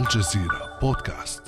الجزيرة بودكاست.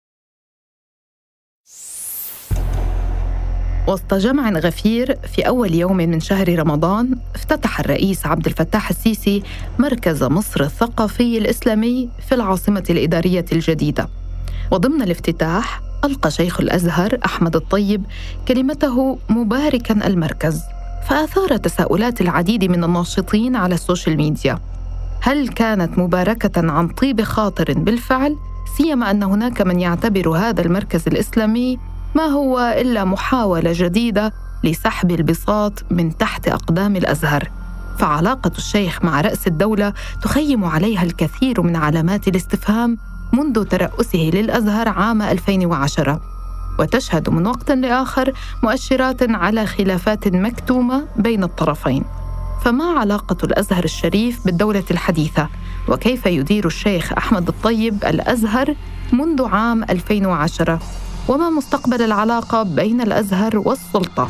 وسط جمع غفير في أول يوم من شهر رمضان، افتتح الرئيس عبد الفتاح السيسي مركز مصر الثقافي الإسلامي في العاصمة الإدارية الجديدة. وضمن الافتتاح ألقى شيخ الأزهر أحمد الطيب كلمته مباركاً المركز، فأثار تساؤلات العديد من الناشطين على السوشيال ميديا. هل كانت مباركة عن طيب خاطر بالفعل، سيما أن هناك من يعتبر هذا المركز الإسلامي ما هو إلا محاولة جديدة لسحب البساط من تحت أقدام الأزهر؟ فعلاقة الشيخ مع رأس الدولة تخيم عليها الكثير من علامات الاستفهام منذ ترأسه للأزهر عام 2010، وتشهد من وقت لآخر مؤشرات على خلافات مكتومة بين الطرفين. فما علاقة الأزهر الشريف بالدولة الحديثة؟ وكيف يدير الشيخ أحمد الطيب الأزهر منذ عام 2010؟ وما مستقبل العلاقة بين الأزهر والسلطة؟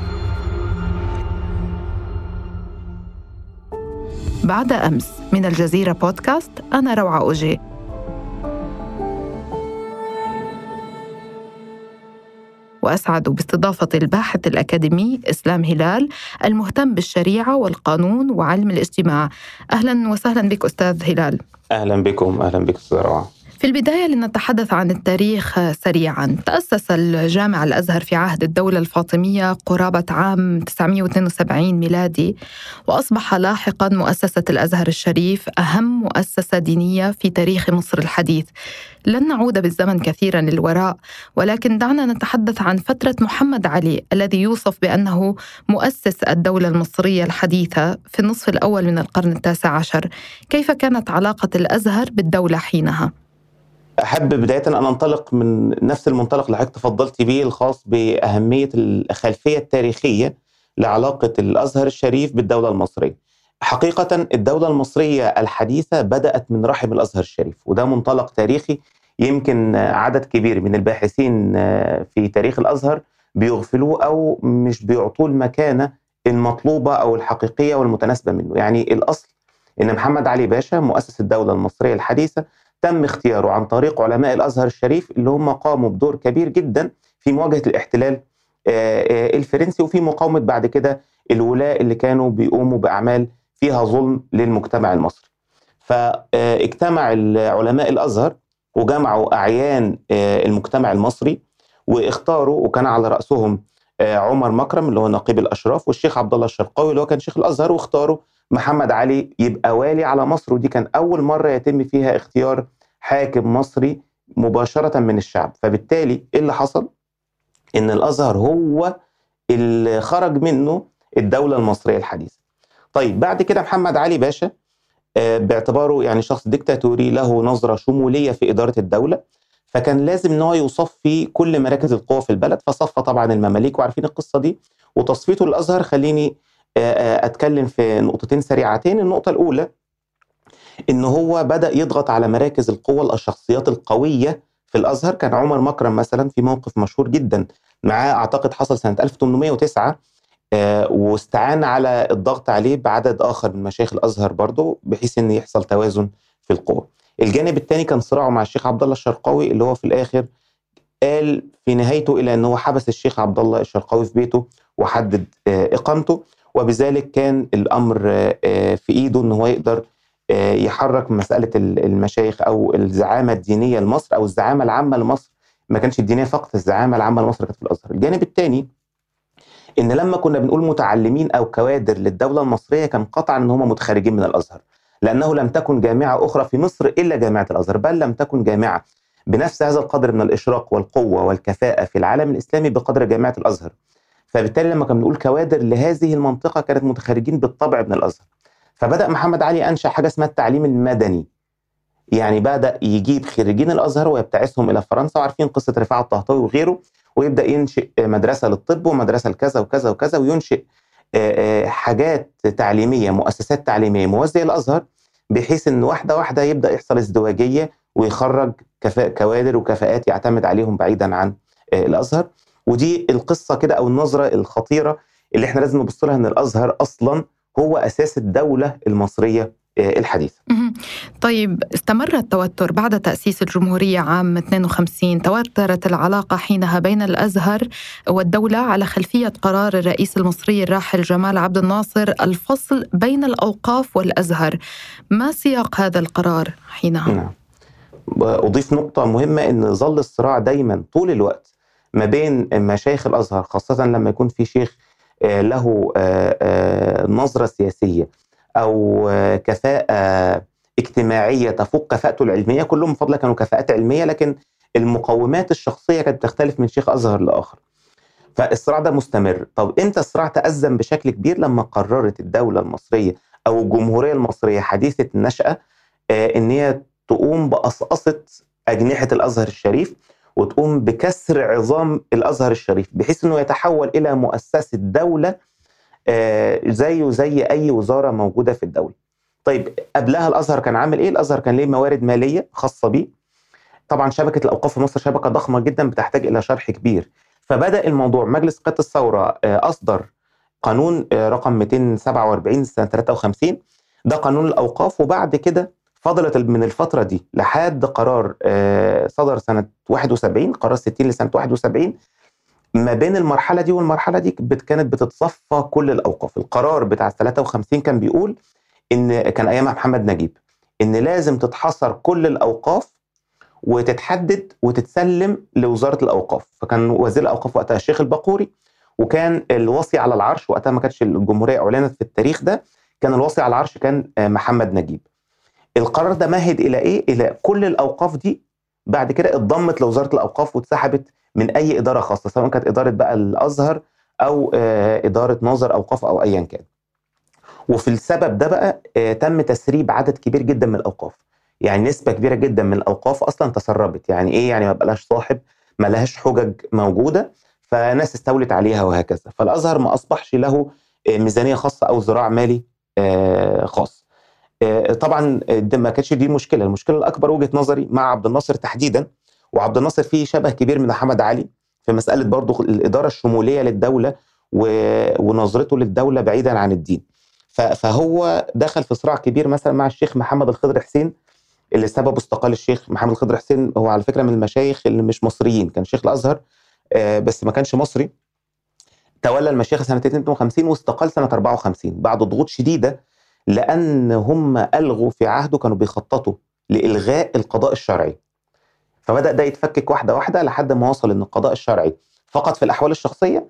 بعد أمس من الجزيرة بودكاست، أنا روعة أوجي. وأسعد باستضافة الباحث الأكاديمي إسلام هلال المهتم بالشريعة والقانون وعلم الاجتماع. أهلاً وسهلاً بك أستاذ هلال. أهلاً بكم. أهلاً بك أستاذ روعة. في البداية لنتحدث عن التاريخ سريعاً. تأسس الجامع الأزهر في عهد الدولة الفاطمية قرابة عام 972 ميلادي، وأصبح لاحقاً مؤسسة الأزهر الشريف أهم مؤسسة دينية في تاريخ مصر الحديث. لن نعود بالزمن كثيراً للوراء، ولكن دعنا نتحدث عن فترة محمد علي الذي يوصف بأنه مؤسس الدولة المصرية الحديثة في النصف الأول من القرن التاسع عشر. كيف كانت علاقة الأزهر بالدولة حينها؟ أحب بداية أن أنطلق من نفس المنطلق اللي حضرتك تفضلت به، الخاص بأهمية الخلفية التاريخية لعلاقة الأزهر الشريف بالدولة المصرية. حقيقة الدولة المصرية الحديثة بدأت من رحم الأزهر الشريف، وده منطلق تاريخي يمكن عدد كبير من الباحثين في تاريخ الأزهر بيغفلوه أو مش بيعطوه المكانة المطلوبة أو الحقيقية والمتناسبة منه. يعني الأصل إن محمد علي باشا مؤسس الدولة المصرية الحديثة تم اختياره عن طريق علماء الأزهر الشريف اللي هم قاموا بدور كبير جدا في مواجهة الاحتلال الفرنسي، وفي مقاومة بعد كده الولاة اللي كانوا بيقوموا بأعمال فيها ظلم للمجتمع المصري. فاجتمع علماء الأزهر وجمعوا أعيان المجتمع المصري واختاروا، وكان على رأسهم عمر مكرم اللي هو نقيب الأشراف، والشيخ عبد الله الشرقاوي اللي هو كان شيخ الأزهر، واختاروا محمد علي يبقى والي على مصر. ودي كان أول مرة يتم فيها اختيار حاكم مصري مباشرة من الشعب. فبالتالي إيه اللي حصل؟ إن الأزهر هو اللي خرج منه الدولة المصرية الحديثة. طيب بعد كده محمد علي باشا باعتباره يعني شخص ديكتاتوري له نظرة شمولية في إدارة الدولة، فكان لازم إنه يصفي كل مراكز القوة في البلد، فصفى طبعا المماليك وعارفين القصة دي. وتصفيته الأزهر خليني أتكلم في نقطتين سريعتين. النقطة الأولى إن هو بدأ يضغط على مراكز القوة، الشخصيات القوية في الأزهر. كان عمر مكرم مثلا في موقف مشهور جدا معاه، أعتقد حصل سنة 1809، واستعان على الضغط عليه بعدد آخر من مشايخ الأزهر برضو بحيث أن يحصل توازن في القوة. الجانب الثاني كان صراعه مع الشيخ عبد الله الشرقاوي اللي هو في الآخر قال في نهايته إلى أنه حبس الشيخ عبد الله الشرقاوي في بيته وحدد إقامته، وبذلك كان الأمر في إيده أنه هو يقدر يحرك مسألة المشايخ أو الزعامة الدينية لمصر أو الزعامة العامة لمصر. ما كانش الدينية فقط، الزعامة العامة لمصر كانت في الأزهر. الجانب الثاني إن لما كنا بنقول متعلمين أو كوادر للدولة المصرية كان قطعا أن هم متخرجين من الأزهر، لأنه لم تكن جامعة أخرى في مصر إلا جامعة الأزهر، بل لم تكن جامعة بنفس هذا القدر من الإشراق والقوة والكفاءة في العالم الإسلامي بقدر جامعة الأزهر. فبالتالي لما كنا بنقول كوادر لهذه المنطقة كانت متخرجين بالطبع من الأزهر. فبدأ محمد علي أنشأ حاجة اسمها التعليم المدني، يعني بدأ يجيب خريجين الأزهر ويبتعثهم إلى فرنسا، وعارفين قصة رفاعة الطهطاوي وغيره، ويبدأ ينشئ مدرسة للطب ومدرسة لكذا وكذا وكذا، وينشئ حاجات تعليمية، مؤسسات تعليمية موازية للأزهر، بحيث أن واحدة واحدة يبدأ يحصل ازدواجية ويخرج كوادر وكفاءات يعتمد عليهم بعيدا عن الأزهر. ودي القصة كده أو النظرة الخطيرة اللي احنا لازم نبص لها، أن الأزهر أصلا هو أساس الدولة المصرية الحديثة. طيب، استمر التوتر بعد تأسيس الجمهورية عام 52. توترت العلاقة حينها بين الأزهر والدولة على خلفية قرار الرئيس المصري الراحل جمال عبد الناصر الفصل بين الأوقاف والأزهر. ما سياق هذا القرار حينها؟ نعم. أضيف نقطة مهمة، أن ظل الصراع دايما طول الوقت ما بين مشايخ الأزهر، خاصة لما يكون في شيخ له نظرة سياسية أو كفاءة اجتماعية تفوق كفاءته العلمية. كلهم بفضل كانوا كفاءات علمية، لكن المقومات الشخصية كانت تختلف من شيخ أزهر لآخر. فالصراع ده مستمر. طب امتى الصراع تأزم بشكل كبير؟ لما قررت الدولة المصرية أو الجمهورية المصرية حديثة النشأة إن هي تقوم بقصقصة أجنحة الأزهر الشريف، وتقوم بكسر عظام الأزهر الشريف، بحيث أنه يتحول إلى مؤسسة دولة زيه زي أي وزارة موجودة في الدولة. طيب قبلها الأزهر كان عامل إيه؟ الأزهر كان ليه موارد مالية خاصة بيه. طبعا شبكة الأوقاف في مصر شبكة ضخمة جدا بتحتاج إلى شرح كبير. فبدأ الموضوع، مجلس قيادة الثورة أصدر قانون رقم 247 سنة 53، ده قانون الأوقاف. وبعد كده فضلت من الفترة دي لحد قرار صدر سنة 71، قرار 60 لسنة 71. ما بين المرحلة دي والمرحلة دي كانت بتتصفى كل الأوقاف. القرار بتاع 53 كان بيقول إن كان أيامها محمد نجيب إن لازم تتحصر كل الأوقاف وتتحدد وتتسلم لوزارة الأوقاف. فكان وزير الأوقاف وقتها الشيخ البقوري، وكان الوصي على العرش وقتها، ما كانتش الجمهورية أعلنت في التاريخ ده، كان الوصي على العرش كان محمد نجيب. القرار ده مهد إلى إيه؟ إلى كل الأوقاف دي بعد كده اتضمت لوزارة الأوقاف واتسحبت من أي إدارة خاصة، سواء كانت إدارة بقى الأزهر أو إدارة ناظر أوقاف أو أيا كان. وفي السبب ده بقى تم تسريب عدد كبير جدا من الأوقاف. يعني نسبة كبيرة جدا من الأوقاف أصلا تسربت. يعني إيه؟ يعني ما بقاش صاحب، ما لهاش حجج موجودة، فناس استولت عليها وهكذا. فالأزهر ما أصبحش له ميزانية خاصة أو ذراع مالي خاص. طبعا ما كانتش دي المشكلة. المشكلة الأكبر وجهة نظري مع عبد الناصر تحديدا، وعبد الناصر فيه شبه كبير من محمد علي في مسألة برضو الإدارة الشمولية للدولة ونظرته للدولة بعيدا عن الدين. فهو دخل في صراع كبير مثلا مع الشيخ محمد الخضر حسين، اللي سببه استقال الشيخ محمد الخضر حسين. هو على فكرة من المشايخ اللي مش مصريين، كان شيخ الأزهر بس ما كانش مصري. تولى المشيخة سنة 52 واستقال سنة 54 بعد ضغوط شديدة، لأن هم ألغوا في عهده، كانوا بيخططوا لإلغاء القضاء الشرعي. فبدأ ده يتفكك واحدة واحدة لحد ما وصل إن القضاء الشرعي فقط في الأحوال الشخصية.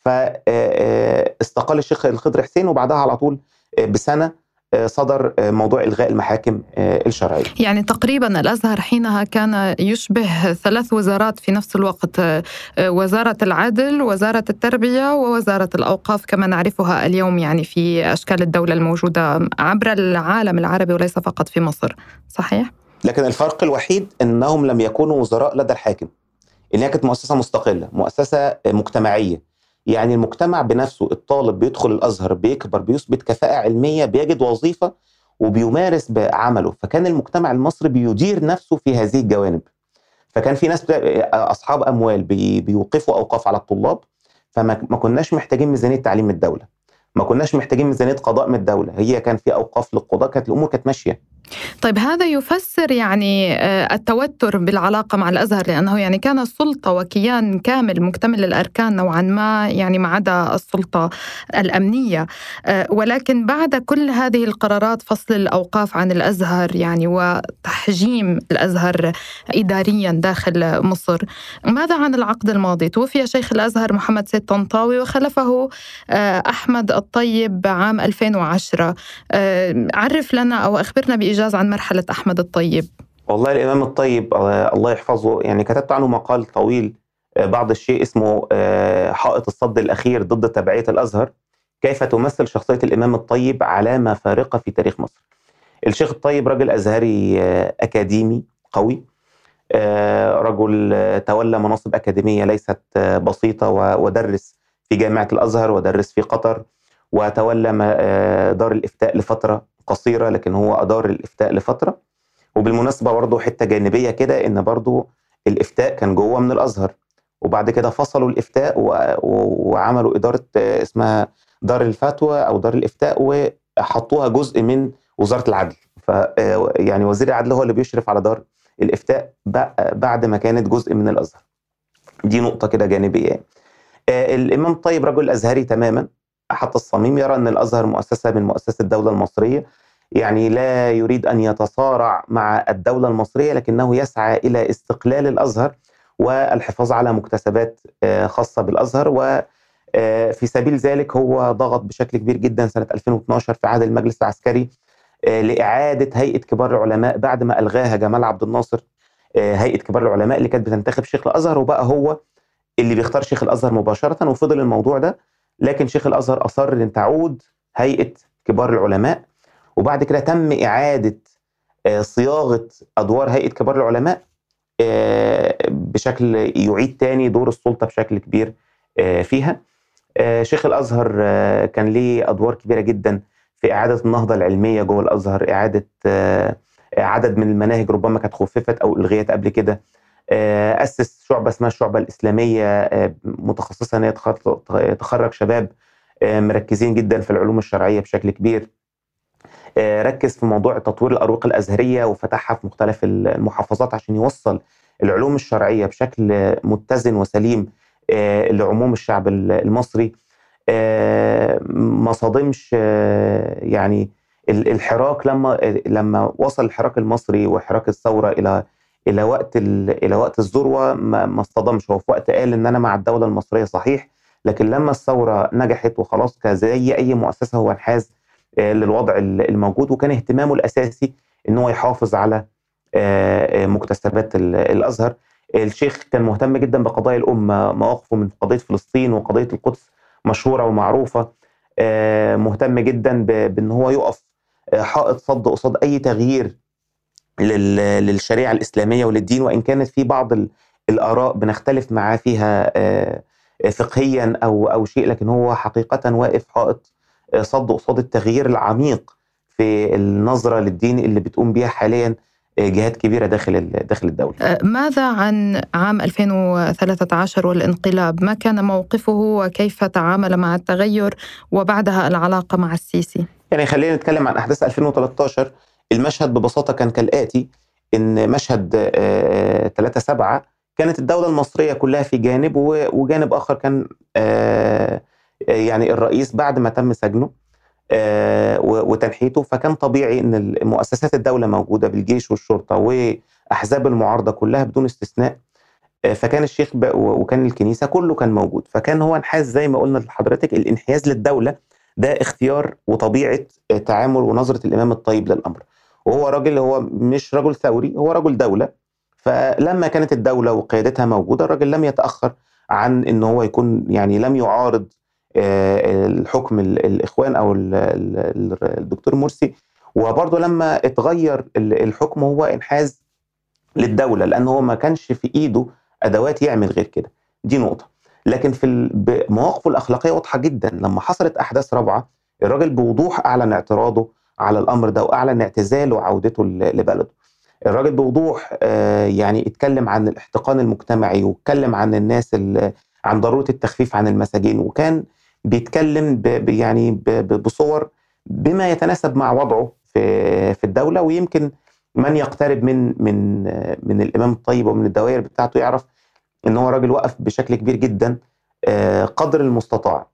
فاستقال الشيخ الخضر حسين، وبعدها على طول بسنة صدر موضوع إلغاء المحاكم الشرعية. يعني تقريبا الأزهر حينها كان يشبه 3 وزارات في نفس الوقت: وزارة العدل، وزارة التربية، ووزارة الأوقاف كما نعرفها اليوم يعني في أشكال الدولة الموجودة عبر العالم العربي وليس فقط في مصر. صحيح؟ لكن الفرق الوحيد أنهم لم يكونوا وزراء لدى الحاكم، إنها كانت مؤسسة مستقلة، مؤسسة مجتمعية. يعني المجتمع بنفسه، الطالب بيدخل الأزهر بيكبر بيثبت كفاءة علمية، بيجد وظيفة وبيمارس بعمله. فكان المجتمع المصري بيدير نفسه في هذه الجوانب. فكان في ناس أصحاب أموال بيوقفوا أوقاف على الطلاب. فما كناش محتاجين ميزانية تعليم الدولة، ما كناش محتاجين ميزانية قضاء من الدولة. هي كان في أوقاف للقضاء، كانت الأمور كانت ماشية. طيب، هذا يفسر يعني التوتر بالعلاقة مع الأزهر، لأنه يعني كان السلطة وكيان كامل مكتمل الأركان نوعا ما، يعني ما عدا السلطة الأمنية. ولكن بعد كل هذه القرارات، فصل الأوقاف عن الأزهر يعني وتحجيم الأزهر إداريا داخل مصر، ماذا عن العقد الماضي؟ توفي شيخ الأزهر محمد سيد طنطاوي وخلفه أحمد الطيب عام 2010. عرف لنا أو أخبرنا بإيجاز عن مرحلة أحمد الطيب. والله الإمام الطيب الله يحفظه، يعني كتبت عنه مقال طويل بعض الشيء اسمه حائط الصد الأخير ضد تبعية الأزهر، كيف تمثل شخصية الإمام الطيب علامة فارقة في تاريخ مصر. الشيخ الطيب رجل أزهري أكاديمي قوي، رجل تولى مناصب أكاديمية ليست بسيطة، ودرس في جامعة الأزهر ودرس في قطر، وتولى دار الإفتاء لفترة قصيرة، لكن هو أدار الإفتاء لفترة. وبالمناسبة برضه حتة جانبية كده، إن برضه الإفتاء كان جوه من الأزهر، وبعد كده فصلوا الإفتاء وعملوا إدارة اسمها دار الفتوى أو دار الإفتاء، وحطوها جزء من وزارة العدل. يعني وزير العدل هو اللي بيشرف على دار الإفتاء بعد ما كانت جزء من الأزهر. دي نقطة كده جانبية يعني. الإمام الطيب رجل أزهري تماما حتى الصميم، يرى أن الأزهر مؤسسة من مؤسسات الدولة المصرية، يعني لا يريد أن يتصارع مع الدولة المصرية، لكنه يسعى إلى استقلال الأزهر والحفاظ على مكتسبات خاصة بالأزهر. وفي سبيل ذلك هو ضغط بشكل كبير جدا سنة 2012 في عهد المجلس العسكري لإعادة هيئة كبار العلماء بعد ما ألغاها جمال عبد الناصر، هيئة كبار العلماء اللي كانت بتنتخب شيخ الأزهر، وبقى هو اللي بيختار شيخ الأزهر مباشرة. وفضل الموضوع ده، لكن شيخ الأزهر أصر أن تعود هيئة كبار العلماء، وبعد كده تم إعادة صياغة أدوار هيئة كبار العلماء بشكل يعيد تاني دور السلطة بشكل كبير فيها. شيخ الأزهر كان ليه أدوار كبيرة جدا في إعادة النهضة العلمية جوه الأزهر، إعادة عدد من المناهج ربما كانت خففت أو ألغيت قبل كده. أسس شعبة اسمها الشعبة الإسلامية متخصصة أن هي تخرج شباب مركزين جدا في العلوم الشرعية بشكل كبير. ركز في موضوع تطوير الأروقة الأزهرية وفتحها في مختلف المحافظات عشان يوصل العلوم الشرعية بشكل متزن وسليم لعموم الشعب المصري. ما صادمش يعني الحراك لما وصل الحراك المصري وحراك الثورة الى وقت الذروه، ما اصطدمش. هو في وقت قال ان انا مع الدوله المصريه صحيح، لكن لما الثوره نجحت وخلاص كزي اي مؤسسه هو انحاز للوضع الموجود، وكان اهتمامه الاساسي ان هو يحافظ على مكتسبات الازهر. الشيخ كان مهتم جدا بقضايا الامه، مواقفه من قضيه فلسطين وقضيه القدس مشهوره ومعروفه. مهتم جدا بان هو يقف حائط صد قصاد اي تغيير للشريعة الإسلامية وللدين، وإن كانت في بعض الآراء بنختلف معاه فيها فقهيا أو شيء، لكن هو حقيقة واقف حائط صد قصاد التغيير العميق في النظرة للدين اللي بتقوم بيها حاليا جهات كبيرة داخل الدولة. ماذا عن عام 2013 والانقلاب؟ ما كان موقفه وكيف تعامل مع التغير وبعدها العلاقة مع السيسي؟ يعني خلينا نتكلم عن أحداث 2013. المشهد ببساطة كان كالآتي: إن مشهد 3/7 كانت الدولة المصرية كلها في جانب، وجانب آخر كان يعني الرئيس بعد ما تم سجنه وتنحيته، فكان طبيعي إن مؤسسات الدولة موجودة بالجيش والشرطة وأحزاب المعارضة كلها بدون استثناء. فكان الشيخ وكان الكنيسة كله كان موجود، فكان هو انحاز زي ما قلنا لحضرتك. الانحياز للدولة ده اختيار وطبيعة تعامل ونظرة الإمام الطيب للأمر، وهو راجل، هو مش رجل ثوري، هو رجل دولة. فلما كانت الدولة وقيادتها موجودة، الراجل لم يتأخر عن إن هو يكون يعني لم يعارض الحكم الإخوان أو الدكتور مرسي. وبرضه لما اتغير الحكم هو انحاز للدولة، لأنه هو ما كانش في إيده أدوات يعمل غير كده. دي نقطة. لكن في مواقفه الأخلاقية واضحة جدا. لما حصلت أحداث رابعة، الراجل بوضوح أعلن اعتراضه على الأمر ده وأعلن اعتزاله وعودته لبلده. الراجل بوضوح يعني اتكلم عن الاحتقان المجتمعي، واتكلم عن الناس عن ضرورة التخفيف عن المساجين، وكان بيتكلم يعني بصور بما يتناسب مع وضعه في الدولة. ويمكن من يقترب من الإمام الطيب ومن الدوائر بتاعته يعرف إن هو راجل وقف بشكل كبير جدا قدر المستطاع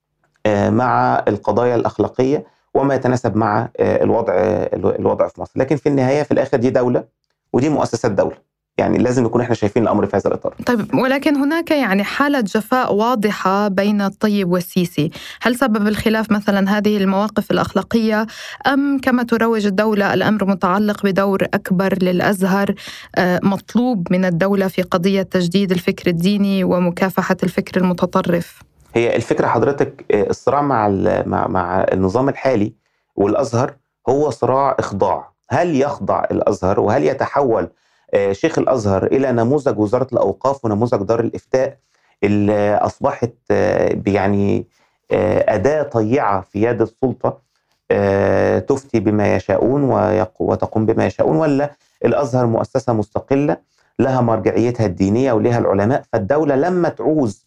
مع القضايا الأخلاقية وما يتناسب مع الوضع في مصر. لكن في النهاية في الآخر دي دولة ودي مؤسسات دولة، يعني لازم نكون احنا شايفين الأمر في هذا الإطار. طيب، ولكن هناك يعني حالة جفاء واضحة بين الطيب والسيسي. هل سبب الخلاف مثلا هذه المواقف الأخلاقية، أم كما تروج الدولة الأمر متعلق بدور أكبر للأزهر مطلوب من الدولة في قضية تجديد الفكر الديني ومكافحة الفكر المتطرف؟ هي الفكرة حضرتك الصراع مع النظام الحالي والأزهر هو صراع إخضاع. هل يخضع الأزهر وهل يتحول شيخ الأزهر إلى نموذج وزارة الأوقاف ونموذج دار الإفتاء اللي أصبحت يعني أداة طيعة في يد السلطة تفتي بما يشاءون وتقوم بما يشاءون، ولا الأزهر مؤسسة مستقلة لها مرجعيتها الدينية ولها العلماء، فالدولة لما تعوز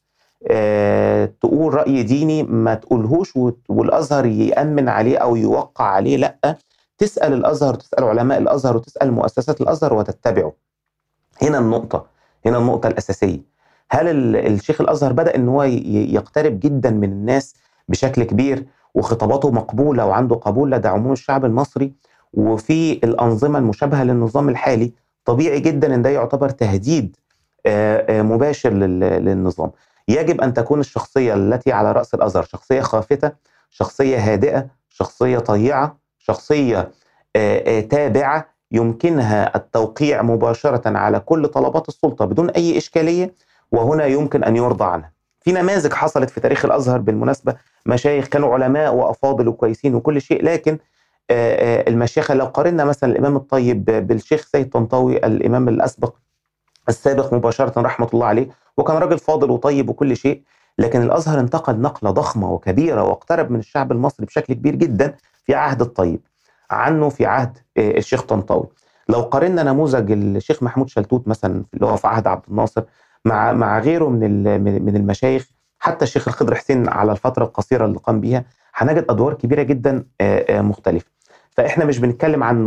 تقول رأي ديني ما تقولهوش والأزهر يأمن عليه أو يوقع عليه، لأ، تسأل الأزهر، تسأل علماء الأزهر، وتسأل مؤسسات الأزهر وتتبعه. هنا النقطة الأساسية. هل الشيخ الأزهر بدأ إن هو يقترب جدا من الناس بشكل كبير، وخطاباته مقبولة وعنده قبول لدى عموم الشعب المصري، وفي الأنظمة المشابهة للنظام الحالي؟ طبيعي جدا إن ده يعتبر تهديد مباشر للنظام. يجب أن تكون الشخصية التي على رأس الأزهر شخصية خافتة، شخصية هادئة، شخصية طيعة، شخصية تابعة يمكنها التوقيع مباشرة على كل طلبات السلطة بدون أي إشكالية، وهنا يمكن أن يرضى عنها. في نماذج حصلت في تاريخ الأزهر بالمناسبة، مشايخ كانوا علماء وأفاضل وكويسين وكل شيء، لكن المشيخة لو قارنا مثلا الإمام الطيب بالشيخ سيد طنطاوي، الإمام السابق مباشرة رحمة الله عليه، وكان راجل فاضل وطيب وكل شيء، لكن الأزهر انتقل نقلة ضخمة وكبيرة واقترب من الشعب المصري بشكل كبير جدا في عهد الطيب عنه في عهد الشيخ طنطاوي. لو قارنا نموذج الشيخ محمود شلتوت مثلا اللي هو في عهد عبد الناصر مع غيره من المشايخ، حتى الشيخ الخضر حسين على الفترة القصيرة اللي قام بيها، هنجد أدوار كبيرة جدا مختلفة. فإحنا مش بنتكلم عن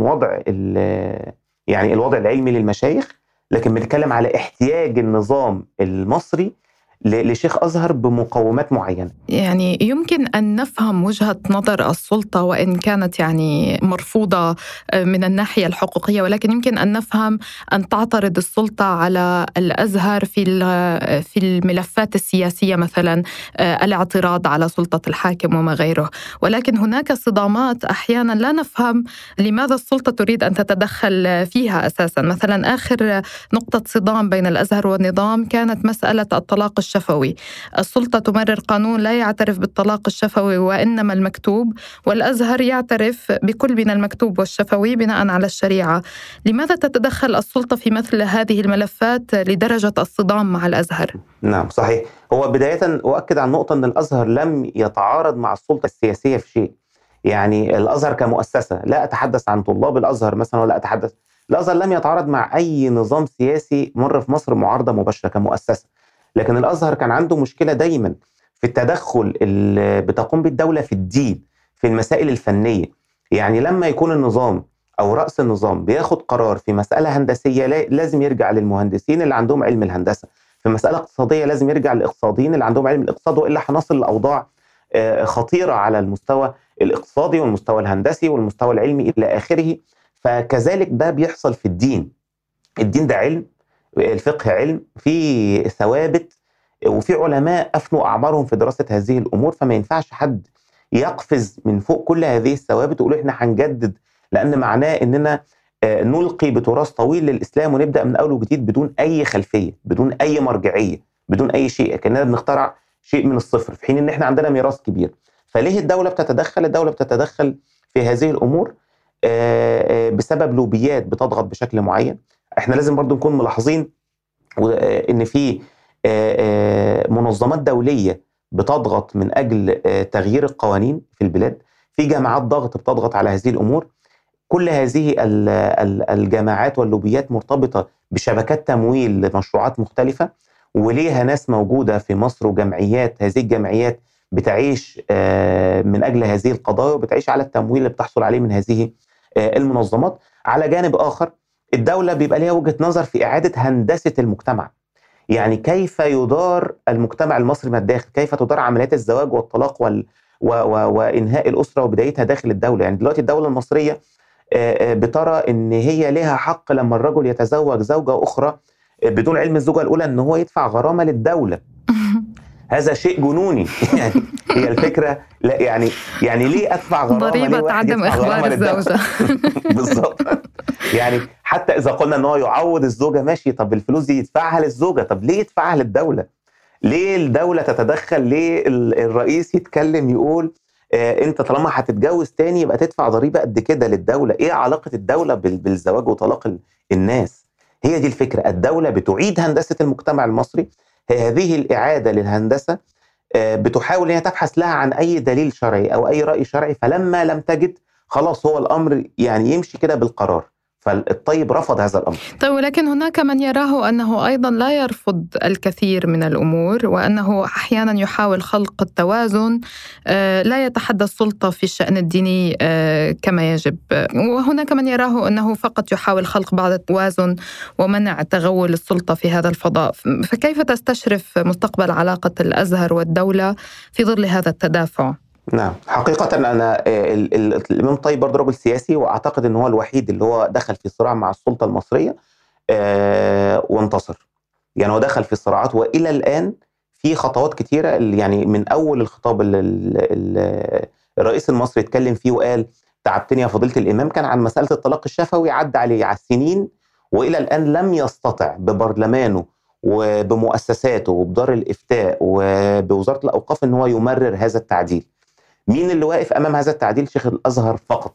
يعني الوضع العلمي للمشايخ، لكن بنتكلم على احتياج النظام المصري لشيخ أزهر بمقومات معينة. يعني يمكن أن نفهم وجهة نظر السلطة وإن كانت يعني مرفوضة من الناحية الحقوقية، ولكن يمكن أن نفهم أن تعترض السلطة على الأزهر في الملفات السياسية، مثلا الاعتراض على سلطة الحاكم وما غيره. ولكن هناك صدامات أحيانا لا نفهم لماذا السلطة تريد أن تتدخل فيها أساسا. مثلا آخر نقطة صدام بين الأزهر والنظام كانت مسألة الطلاق الشفوي. السلطة تمرر قانون لا يعترف بالطلاق الشفوي وإنما المكتوب، والأزهر يعترف بكل من المكتوب والشفوي بناء على الشريعة. لماذا تتدخل السلطة في مثل هذه الملفات لدرجة الصدام مع الأزهر؟ نعم صحيح. هو بداية أؤكد على النقطة أن الأزهر لم يتعارض مع السلطة السياسية في شيء. يعني الأزهر كمؤسسة، لا أتحدث عن طلاب الأزهر مثلا ولا أتحدث، الأزهر لم يتعارض مع أي نظام سياسي مر في مصر معارضة مباشرة كمؤسسة. لكن الأزهر كان عنده مشكلة دايما في التدخل اللي بتقوم به الدولة في الدين، في المسائل الفنية. يعني لما يكون النظام أو رأس النظام بياخد قرار في مسألة هندسية لازم يرجع للمهندسين اللي عندهم علم الهندسة، في مسألة اقتصادية لازم يرجع للاقتصاديين اللي عندهم علم الاقتصاد، وإلا هنصل لأوضاع خطيرة على المستوى الاقتصادي والمستوى الهندسي والمستوى العلمي إلى آخره. فكذلك ده بيحصل في الدين. الدين ده علم، الفقه علم، في ثوابت، وفي علماء أفنوا أعمارهم في دراسة هذه الأمور، فما ينفعش حد يقفز من فوق كل هذه الثوابت ويقول إحنا هنجدد، لأن معناه إننا نلقي بتراث طويل للإسلام ونبدأ من أول وجديد بدون أي خلفية، بدون أي مرجعية، بدون أي شيء، كأننا بنخترع شيء من الصفر، في حين إن إحنا عندنا ميراث كبير. فليه الدولة بتتدخل؟ الدولة بتتدخل في هذه الأمور بسبب لوبيات بتضغط بشكل معين. احنا لازم برضو نكون ملاحظين ان في منظمات دولية بتضغط من اجل تغيير القوانين في البلاد، في جماعات ضغط بتضغط على هذه الامور. كل هذه الجماعات واللوبيات مرتبطة بشبكات تمويل لمشروعات مختلفة، وليها ناس موجودة في مصر وجمعيات، هذه الجمعيات بتعيش من اجل هذه القضايا وبتعيش على التمويل اللي بتحصل عليه من هذه المنظمات. على جانب آخر الدولة بيبقى ليها وجهة نظر في إعادة هندسة المجتمع، يعني كيف يدار المجتمع المصري من الداخل، كيف تدار عمليات الزواج والطلاق وإنهاء الأسرة وبدايتها داخل الدولة. يعني دلوقتي الدولة المصرية بترى إن هي لها حق لما الرجل يتزوج زوجة أخرى بدون علم الزوجة الأولى إن هو يدفع غرامة للدولة. هذا شيء جنوني. يعني هي الفكرة لا يعني ليه أدفع غرامة؟ ضريبة عدم إخبار الزوجة. بالضبط. يعني حتى إذا قلنا أنه يعوض الزوجة ماشي، طب الفلوس دي يدفعها للزوجة، طب ليه يدفعها للدولة؟ ليه الدولة تتدخل؟ ليه الرئيس يتكلم يقول أنت طالما هتتجوز تاني يبقى تدفع ضريبة قد كده للدولة؟ إيه علاقة الدولة بالزواج وطلاق الناس؟ هي دي الفكرة. الدولة بتعيد هندسة المجتمع المصري. هذه الإعادة للهندسة بتحاول أن تبحث لها عن أي دليل شرعي أو أي رأي شرعي، فلما لم تجد خلاص هو الأمر يعني يمشي كده بالقرار. فالطيب رفض هذا الأمر. طيب، ولكن هناك من يراه أنه أيضا لا يرفض الكثير من الأمور، وأنه أحيانا يحاول خلق التوازن، لا يتحدى السلطة في الشأن الديني كما يجب، وهناك من يراه أنه فقط يحاول خلق بعض التوازن ومنع تغول السلطة في هذا الفضاء. فكيف تستشرف مستقبل علاقة الأزهر والدولة في ظل هذا التدافع؟ نعم، حقيقة أنا الإمام الطيب برضه رجل سياسي، وأعتقد أنه هو الوحيد اللي هو دخل في صراع مع السلطة المصرية وانتصر. يعني هو دخل في صراعات، وإلى الآن في خطوات كتيرة. يعني من أول الخطاب اللي الرئيس المصري اتكلم فيه وقال تعبتني يا فضيلة الإمام، كان عن مسألة الطلاق الشفوي، عدى على السنين وإلى الآن لم يستطع ببرلمانه وبمؤسساته وبدار الإفتاء وبوزارة الأوقاف أن هو يمرر هذا التعديل. مين اللي واقف أمام هذا التعديل؟ شيخ الأزهر فقط.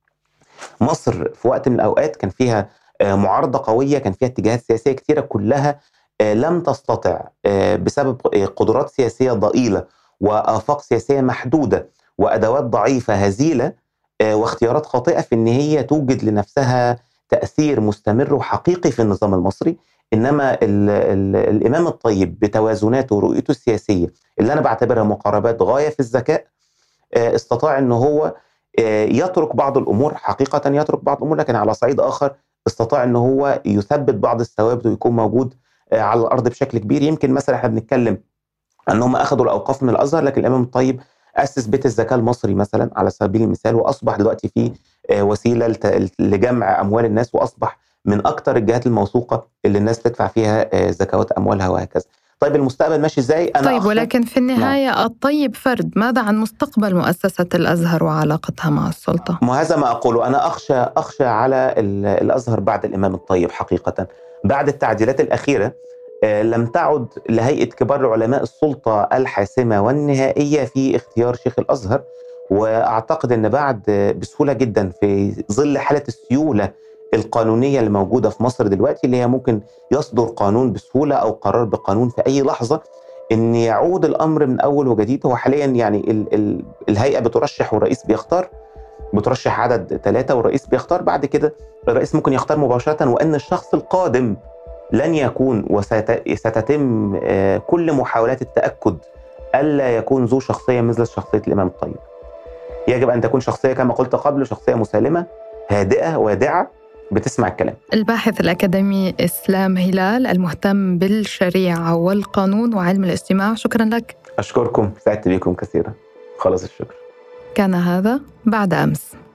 مصر في وقت من الأوقات كان فيها معارضة قوية، كان فيها اتجاهات سياسية كتيرة، كلها لم تستطع بسبب قدرات سياسية ضئيلة وآفاق سياسية محدودة وأدوات ضعيفة هزيلة واختيارات خاطئة في أن هي توجد لنفسها تأثير مستمر وحقيقي في النظام المصري. إنما الإمام الطيب بتوازناته ورؤيته السياسية اللي أنا بعتبرها مقاربات غاية في الذكاء، استطاع أنه هو يترك بعض الأمور، حقيقة يترك بعض الأمور، لكن على صعيد آخر استطاع أنه هو يثبت بعض الثوابت ويكون موجود على الأرض بشكل كبير. يمكن مثلا احنا بنتكلم أنهم أخذوا الأوقاف من الأزهر، لكن الإمام الطيب أسس بيت الزكاة المصري مثلا على سبيل المثال، وأصبح دلوقتي فيه وسيلة لجمع أموال الناس، وأصبح من أكثر الجهات الموثوقة اللي الناس تدفع فيها زكوات أموالها وهكذا. طيب المستقبل ماشي ازاي؟ طيب ولكن في النهاية الطيب فرد، ماذا عن مستقبل مؤسسة الأزهر وعلاقتها مع السلطة؟ هذا ما أقوله، أنا أخشى على الأزهر بعد الإمام الطيب حقيقة. بعد التعديلات الأخيرة لم تعد لهيئة كبار العلماء السلطة الحاسمة والنهائية في اختيار شيخ الأزهر، وأعتقد أن بعد بسهولة جدا في ظل حالة السيولة القانونية اللي موجودة في مصر دلوقتي، اللي هي ممكن يصدر قانون بسهولة أو قرار بقانون في أي لحظة، إن يعود الأمر من أول وجديد. هو حاليا يعني الهيئة بترشح والرئيس بيختار، بترشح عدد 3 والرئيس بيختار، بعد كده الرئيس ممكن يختار مباشرة، وأن الشخص القادم لن يكون وستتم كل محاولات التأكد ألا يكون ذو شخصية مثل شخصية الإمام الطيب. يجب أن تكون شخصية كما قلت قبل، شخصية مسالمة هادئة وادعة بتسمع الكلام. الباحث الأكاديمي إسلام هلال المهتم بالشريعة والقانون وعلم الاجتماع، شكرا لك. أشكركم، سعدت بكم كثيرا، خلص الشكر. كان هذا بعد أمس.